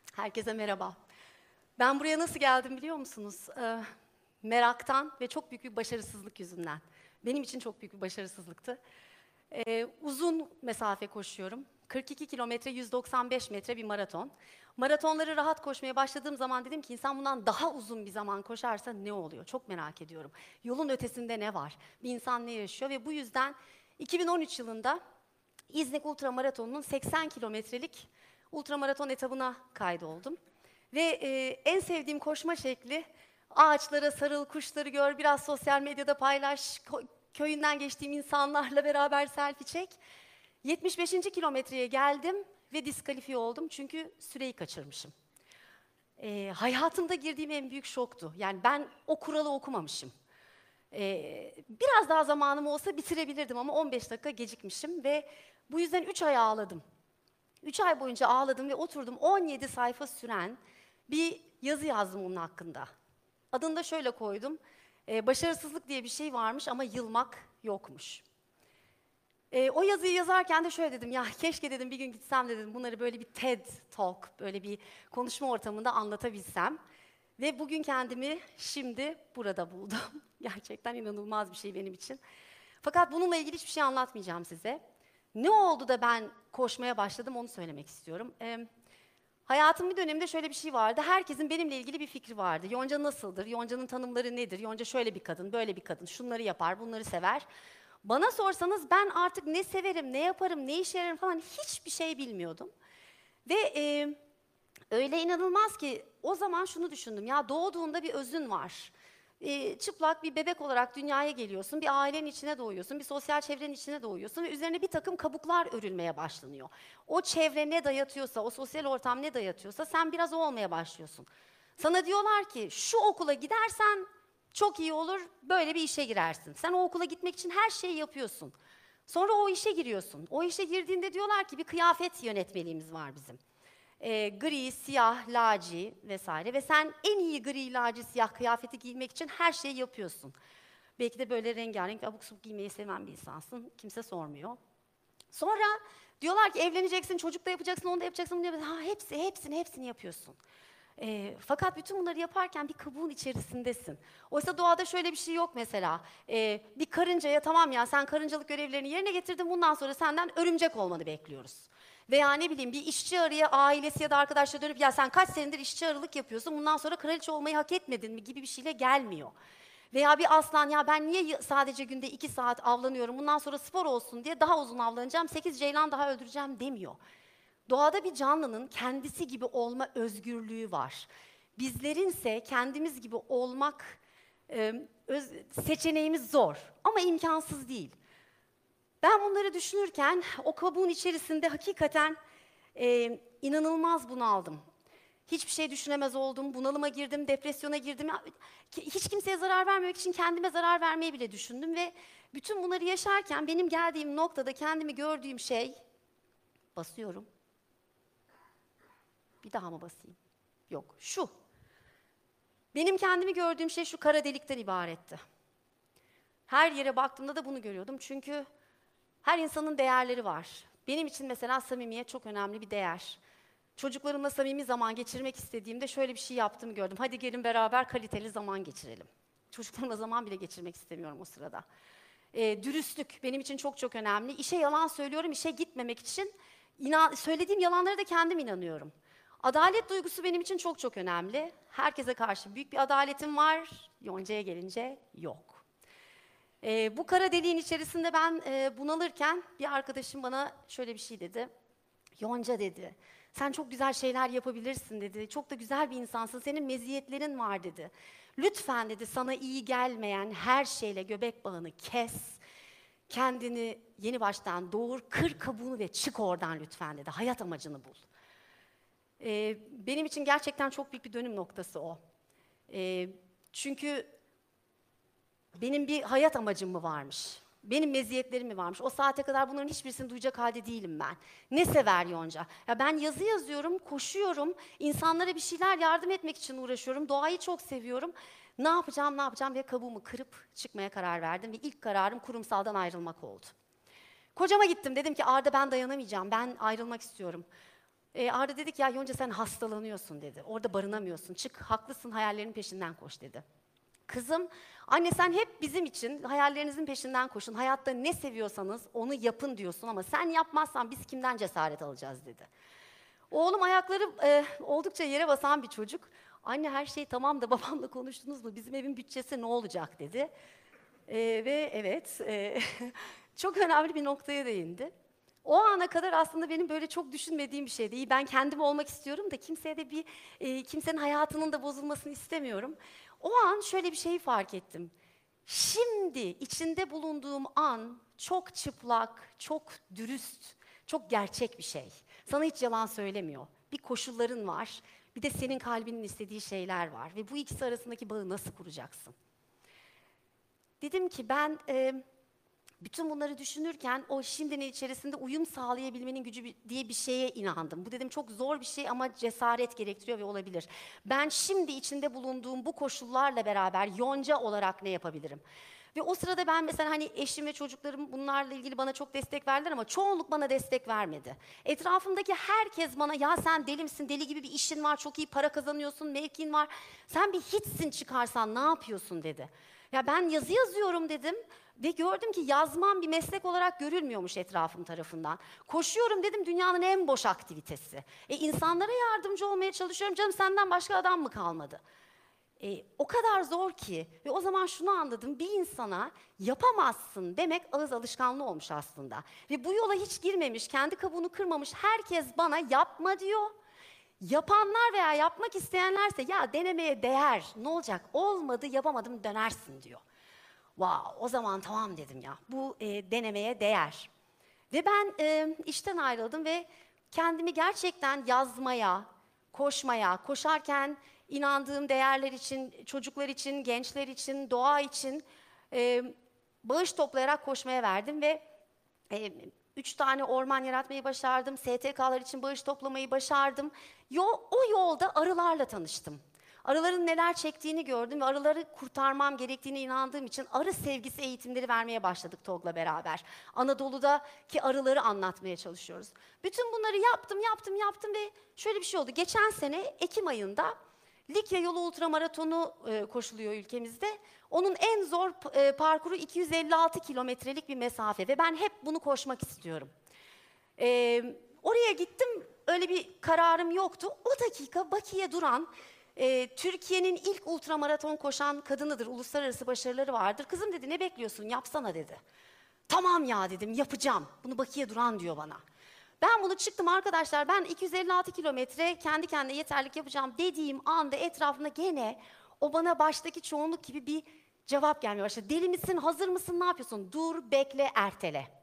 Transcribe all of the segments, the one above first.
Herkese merhaba. Ben buraya nasıl geldim biliyor musunuz? Meraktan ve çok büyük bir başarısızlık yüzünden. Benim için çok büyük bir başarısızlıktı. Uzun mesafe koşuyorum. 42 kilometre, 195 metre bir maraton. Maratonları rahat koşmaya başladığım zaman dedim ki insan bundan daha uzun bir zaman koşarsa ne oluyor? Çok merak ediyorum. Yolun ötesinde ne var? Bir insan ne yaşıyor? Ve bu yüzden 2013 yılında İznik Ultramaratonu'nun 80 kilometrelik ultramaraton etabına kaydoldum. Ve en sevdiğim koşma şekli ağaçlara sarıl, kuşları gör, biraz sosyal medyada paylaş, köyünden geçtiğim insanlarla beraber selfie çek. 75. kilometreye geldim ve diskalifiye oldum çünkü süreyi kaçırmışım. Hayatımda girdiğim en büyük şoktu. Yani ben o kuralı okumamışım. Biraz daha zamanım olsa bitirebilirdim ama 15 dakika gecikmişim ve bu yüzden 3 ay ağladım. 3 ay boyunca ağladım ve oturdum 17 sayfa süren bir yazı yazdım onun hakkında. Adını da şöyle koydum. Başarısızlık diye bir şey varmış ama yılmak yokmuş. O yazıyı yazarken de şöyle dedim, ya keşke dedim bir gün gitsem de dedim bunları böyle bir TED Talk, böyle bir konuşma ortamında anlatabilsem. Ve bugün kendimi şimdi burada buldum. Gerçekten inanılmaz bir şey benim için. Fakat bununla ilgili hiçbir şey anlatmayacağım size. Ne oldu da ben koşmaya başladım onu söylemek istiyorum. Hayatımın bir döneminde şöyle bir şey vardı. Herkesin benimle ilgili bir fikri vardı. Yonca nasıldır? Yonca'nın tanımları nedir? Yonca şöyle bir kadın, böyle bir kadın. Şunları yapar, bunları sever. Bana sorsanız ben artık ne severim, ne yaparım, ne işe yararım falan hiçbir şey bilmiyordum. Ve öyle inanılmaz ki o zaman şunu düşündüm. Ya doğduğunda bir özün var. Çıplak bir bebek olarak dünyaya geliyorsun, bir ailenin içine doğuyorsun, bir sosyal çevrenin içine doğuyorsun ve üzerine bir takım kabuklar örülmeye başlanıyor. O çevre ne dayatıyorsa, o sosyal ortam ne dayatıyorsa sen biraz o olmaya başlıyorsun. Sana diyorlar ki şu okula gidersen çok iyi olur, böyle bir işe girersin. Sen o okula gitmek için her şeyi yapıyorsun. Sonra o işe giriyorsun. O işe girdiğinde diyorlar ki bir kıyafet yönetmeliğimiz var bizim. Gri, siyah, laci vesaire ve sen en iyi gri, laci, siyah kıyafeti giymek için her şeyi yapıyorsun. Belki de böyle rengarenk, abuk sabuk giymeyi seven bir insansın. Kimse sormuyor. Sonra diyorlar ki evleneceksin, çocuk da yapacaksın, onu da yapacaksın, bunu da yapacaksın. Ha, hepsini yapıyorsun. Fakat bütün bunları yaparken bir kabuğun içerisindesin. Oysa doğada şöyle bir şey yok mesela. Bir karıncaya tamam ya sen karıncalık görevlerini yerine getirdin bundan sonra senden örümcek olmanı bekliyoruz. Veya ne bileyim bir işçi arıya ailesi ya da arkadaşları dönüp ya sen kaç senedir işçi arılık yapıyorsun bundan sonra kraliçe olmayı hak etmedin mi gibi bir şeyle gelmiyor. Veya bir aslan ya ben niye sadece günde 2 saat avlanıyorum bundan sonra spor olsun diye daha uzun avlanacağım 8 ceylan daha öldüreceğim demiyor. Doğada bir canlının kendisi gibi olma özgürlüğü var. Bizlerinse kendimiz gibi olmak seçeneğimiz zor ama imkansız değil. Ben bunları düşünürken o kabuğun içerisinde hakikaten inanılmaz bunaldım. Hiçbir şey düşünemez oldum, bunalıma girdim, depresyona girdim. Hiç kimseye zarar vermemek için kendime zarar vermeyi bile düşündüm ve bütün bunları yaşarken benim geldiğim noktada kendimi gördüğüm şey, basıyorum. Bir daha mı basayım? Yok, şu. Benim kendimi gördüğüm şey şu kara delikten ibaretti. Her yere baktığımda da bunu görüyordum çünkü her insanın değerleri var. Benim için mesela samimiyet çok önemli bir değer. Çocuklarımla samimi zaman geçirmek istediğimde şöyle bir şey yaptığımı gördüm. Hadi gelin beraber kaliteli zaman geçirelim. Çocuklarımla zaman bile geçirmek istemiyorum o sırada. Dürüstlük benim için çok çok önemli. İşe yalan söylüyorum, işe gitmemek için söylediğim yalanlara da kendim inanıyorum. Adalet duygusu benim için çok çok önemli. Herkese karşı büyük bir adaletim var. Yonca'ya gelince yok. Bu kara deliğin içerisinde ben bunalırken bir arkadaşım bana şöyle bir şey dedi. Yonca dedi, sen çok güzel şeyler yapabilirsin dedi. Çok da güzel bir insansın, senin meziyetlerin var dedi. Lütfen dedi, sana iyi gelmeyen her şeyle göbek bağını kes. Kendini yeni baştan doğur, kır kabuğunu ve çık oradan lütfen dedi. Hayat amacını bul. Benim için gerçekten çok büyük bir dönüm noktası o. Çünkü benim bir hayat amacım mı varmış? Benim meziyetlerim mi varmış? O saate kadar bunların hiçbirisini duyacak halde değilim ben. Ne sever Yonca? Ya ben yazı yazıyorum, koşuyorum, insanlara bir şeyler yardım etmek için uğraşıyorum, doğayı çok seviyorum. Ne yapacağım ve kabuğumu kırıp çıkmaya karar verdim ve ilk kararım kurumsaldan ayrılmak oldu. Kocama gittim, dedim ki Arda ben dayanamayacağım, ben ayrılmak istiyorum. Arda dedi ki ya Yonca sen hastalanıyorsun dedi. Orada barınamıyorsun. Çık haklısın hayallerinin peşinden koş dedi. Kızım, anne sen hep bizim için hayallerinizin peşinden koşun. Hayatta ne seviyorsanız onu yapın diyorsun ama sen yapmazsan biz kimden cesaret alacağız dedi. Oğlum ayakları oldukça yere basan bir çocuk. Anne her şey tamam da babamla konuştunuz mu? Bizim evin bütçesi ne olacak dedi. Ve evet, çok önemli bir noktaya değindi. O ana kadar aslında benim böyle çok düşünmediğim bir şeydi. İyi ben kendim olmak istiyorum da kimseye de kimsenin hayatının da bozulmasını istemiyorum. O an şöyle bir şeyi fark ettim. Şimdi içinde bulunduğum an çok çıplak, çok dürüst, çok gerçek bir şey. Sana hiç yalan söylemiyor. Bir koşulların var, bir de senin kalbinin istediği şeyler var. Ve bu ikisi arasındaki bağı nasıl kuracaksın? Dedim ki ben bütün bunları düşünürken o şimdinin içerisinde uyum sağlayabilmenin gücü diye bir şeye inandım. Bu dedim çok zor bir şey ama cesaret gerektiriyor ve olabilir. Ben şimdi içinde bulunduğum bu koşullarla beraber Yonca olarak ne yapabilirim? Ve o sırada ben mesela hani eşim ve çocuklarım bunlarla ilgili bana çok destek verdiler ama çoğunluk bana destek vermedi. Etrafımdaki herkes bana ya sen deli misin, deli gibi bir işin var, çok iyi para kazanıyorsun, mevkin var. Sen bir hiçsin çıkarsan ne yapıyorsun dedi. Ya ben yazı yazıyorum dedim ve gördüm ki yazmam bir meslek olarak görülmüyormuş etrafım tarafından. Koşuyorum dedim dünyanın en boş aktivitesi. İnsanlara yardımcı olmaya çalışıyorum canım senden başka adam mı kalmadı? O kadar zor ki ve o zaman şunu anladım bir insana yapamazsın demek ağız alışkanlığı olmuş aslında. Ve bu yola hiç girmemiş, kendi kabuğunu kırmamış herkes bana yapma diyor. Yapanlar veya yapmak isteyenlerse ya denemeye değer, ne olacak olmadı yapamadım dönersin diyor. Wow, o zaman tamam dedim ya bu denemeye değer. Ve ben işten ayrıldım ve kendimi gerçekten yazmaya, koşmaya, koşarken inandığım değerler için, çocuklar için, gençler için, doğa için bağış toplayarak koşmaya verdim ve 3 tane orman yaratmayı başardım, STK'lar için bağış toplamayı başardım. O yolda arılarla tanıştım. Arıların neler çektiğini gördüm ve arıları kurtarmam gerektiğine inandığım için arı sevgisi eğitimleri vermeye başladık TOG'la beraber. Anadolu'daki arıları anlatmaya çalışıyoruz. Bütün bunları yaptım ve şöyle bir şey oldu. Geçen sene Ekim ayında Likya Yolu Ultramaratonu koşuluyor ülkemizde. Onun en zor parkuru 256 kilometrelik bir mesafe ve ben hep bunu koşmak istiyorum. Oraya gittim, öyle bir kararım yoktu. O dakika Bakiye Duran, Türkiye'nin ilk ultramaraton koşan kadınıdır, uluslararası başarıları vardır. Kızım dedi, ne bekliyorsun, yapsana dedi. Tamam ya dedim, yapacağım. Bunu Bakiye Duran diyor bana. Ben bunu çıktım arkadaşlar, ben 256 kilometre kendi kendine yeterlik yapacağım dediğim anda etrafında gene o bana baştaki çoğunluk gibi bir cevap gelmeye başladı. Deli misin, hazır mısın, ne yapıyorsun? Dur, bekle, ertele.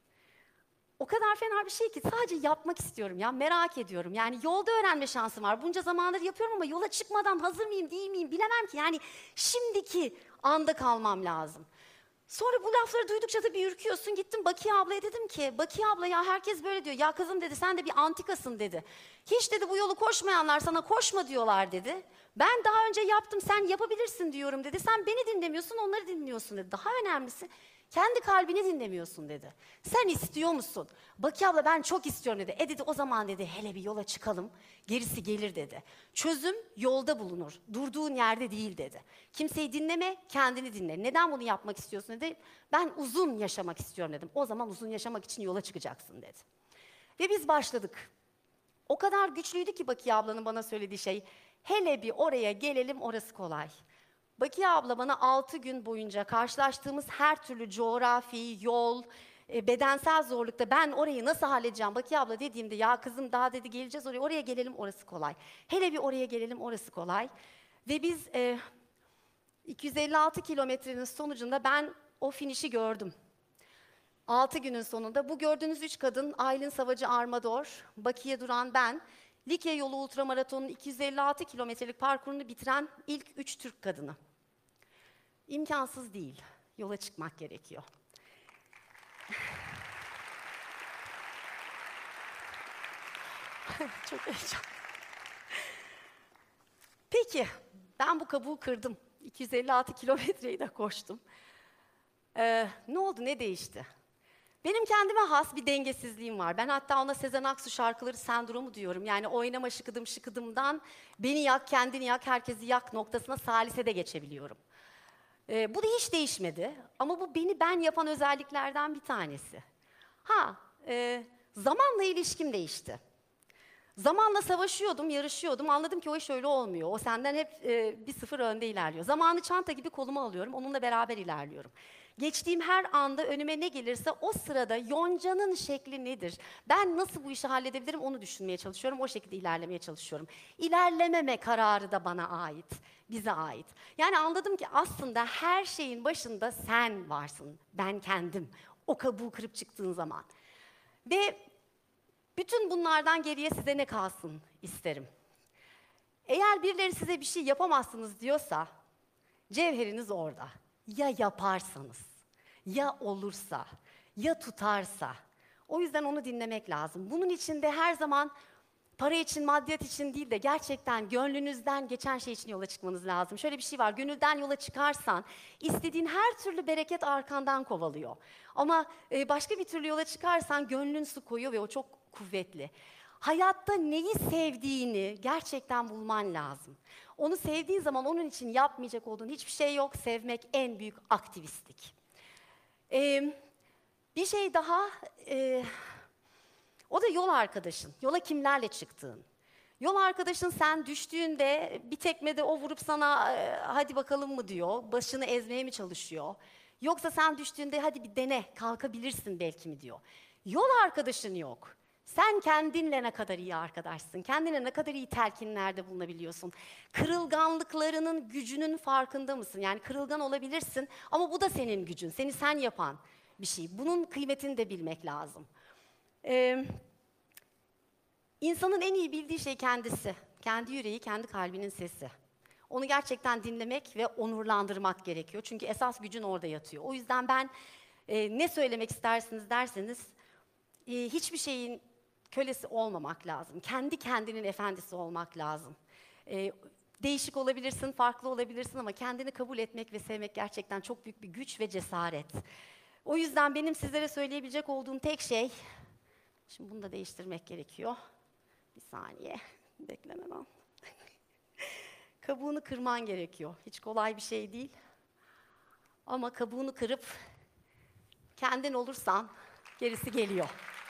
O kadar fena bir şey ki sadece yapmak istiyorum ya, merak ediyorum. Yani yolda öğrenme şansım var. Bunca zamandır yapıyorum ama yola çıkmadan hazır mıyım, değil miyim bilemem ki. Yani şimdiki anda kalmam lazım. Sonra bu lafları duydukça da bir ürküyorsun. Gittim Bakiye ablaya dedim ki, Bakiye abla ya herkes böyle diyor. Ya kızım dedi, sen de bir antikasın dedi. Hiç dedi bu yolu koşmayanlar sana koşma diyorlar dedi. Ben daha önce yaptım, sen yapabilirsin diyorum dedi. Sen beni dinlemiyorsun, onları dinliyorsun dedi. Daha önemlisi kendi kalbini dinlemiyorsun dedi. Sen istiyor musun? Bakiye abla ben çok istiyorum dedi. Dedi o zaman dedi hele bir yola çıkalım, gerisi gelir dedi. Çözüm yolda bulunur, durduğun yerde değil dedi. Kimseyi dinleme, kendini dinle. Neden bunu yapmak istiyorsun dedi. Ben uzun yaşamak istiyorum dedim. O zaman uzun yaşamak için yola çıkacaksın dedi. Ve biz başladık. O kadar güçlüydü ki Bakiye ablanın bana söylediği şey. Hele bir oraya gelelim, orası kolay. Bakiye abla bana 6 gün boyunca karşılaştığımız her türlü coğrafi, yol, bedensel zorlukta ben orayı nasıl halledeceğim Bakiye abla dediğimde ya kızım daha dedi geleceğiz oraya gelelim orası kolay. Hele bir oraya gelelim orası kolay. Ve biz 256 kilometrenin sonucunda ben o finişi gördüm. 6 günün sonunda bu gördüğünüz 3 kadın Aylin Savacı Armador, Bakiye Duran ben, Likya Yolu Ultramaraton'un 256 kilometrelik parkurunu bitiren ilk 3 Türk kadını. İmkansız değil, yola çıkmak gerekiyor. Çok heyecanlı. Peki, ben bu kabuğu kırdım. 256 kilometreyi de koştum. Ne oldu, ne değişti? Benim kendime has bir dengesizliğim var. Ben hatta ona Sezen Aksu şarkıları sendromu diyorum. Yani oynama şıkıdım şıkıdımdan beni yak, kendini yak, herkesi yak noktasına salise de geçebiliyorum. Bu da hiç değişmedi ama bu beni ben yapan özelliklerden bir tanesi. Ha, zamanla ilişkim değişti. Zamanla savaşıyordum, yarışıyordum. Anladım ki o iş öyle olmuyor. O senden hep bir sıfır önde ilerliyor. Zamanı çanta gibi koluma alıyorum, onunla beraber ilerliyorum. Geçtiğim her anda önüme ne gelirse o sırada yoncanın şekli nedir? Ben nasıl bu işi halledebilirim onu düşünmeye çalışıyorum. O şekilde ilerlemeye çalışıyorum. İlerlememe kararı da bana ait, bize ait. Yani anladım ki aslında her şeyin başında sen varsın. Ben kendim. O kabuğu kırıp çıktığın zaman. Ve bütün bunlardan geriye size ne kalsın isterim. Eğer birileri size bir şey yapamazsınız diyorsa, cevheriniz orada. Ya yaparsanız, ya olursa, ya tutarsa. O yüzden onu dinlemek lazım. Bunun için de her zaman para için, maddiyat için değil de gerçekten gönlünüzden geçen şey için yola çıkmanız lazım. Şöyle bir şey var, gönülden yola çıkarsan istediğin her türlü bereket arkandan kovalıyor. Ama başka bir türlü yola çıkarsan gönlün su koyuyor ve o çok kuvvetli. Hayatta neyi sevdiğini gerçekten bulman lazım. Onu sevdiğin zaman onun için yapmayacak olduğun hiçbir şey yok. Sevmek en büyük aktivistlik. Bir şey daha, o da yol arkadaşın. Yola kimlerle çıktığın. Yol arkadaşın sen düştüğünde bir tekmede o vurup sana hadi bakalım mı diyor, başını ezmeye mi çalışıyor? Yoksa sen düştüğünde hadi bir dene, kalkabilirsin belki mi diyor. Yol arkadaşın yok. Sen kendinle ne kadar iyi arkadaşsın, kendine ne kadar iyi telkinlerde bulunabiliyorsun. Kırılganlıklarının gücünün farkında mısın? Yani kırılgan olabilirsin ama bu da senin gücün, seni sen yapan bir şey. Bunun kıymetini de bilmek lazım. İnsanın en iyi bildiği şey kendisi. Kendi yüreği, kendi kalbinin sesi. Onu gerçekten dinlemek ve onurlandırmak gerekiyor. Çünkü esas gücün orada yatıyor. O yüzden ben ne söylemek istersiniz derseniz hiçbir şeyin kölesi olmamak lazım. Kendi kendinin efendisi olmak lazım. Değişik olabilirsin, farklı olabilirsin ama kendini kabul etmek ve sevmek gerçekten çok büyük bir güç ve cesaret. O yüzden benim sizlere söyleyebilecek olduğum tek şey, şimdi bunu da değiştirmek gerekiyor. Bir saniye, beklemem. Kabuğunu kırman gerekiyor. Hiç kolay bir şey değil. Ama kabuğunu kırıp kendin olursan gerisi geliyor.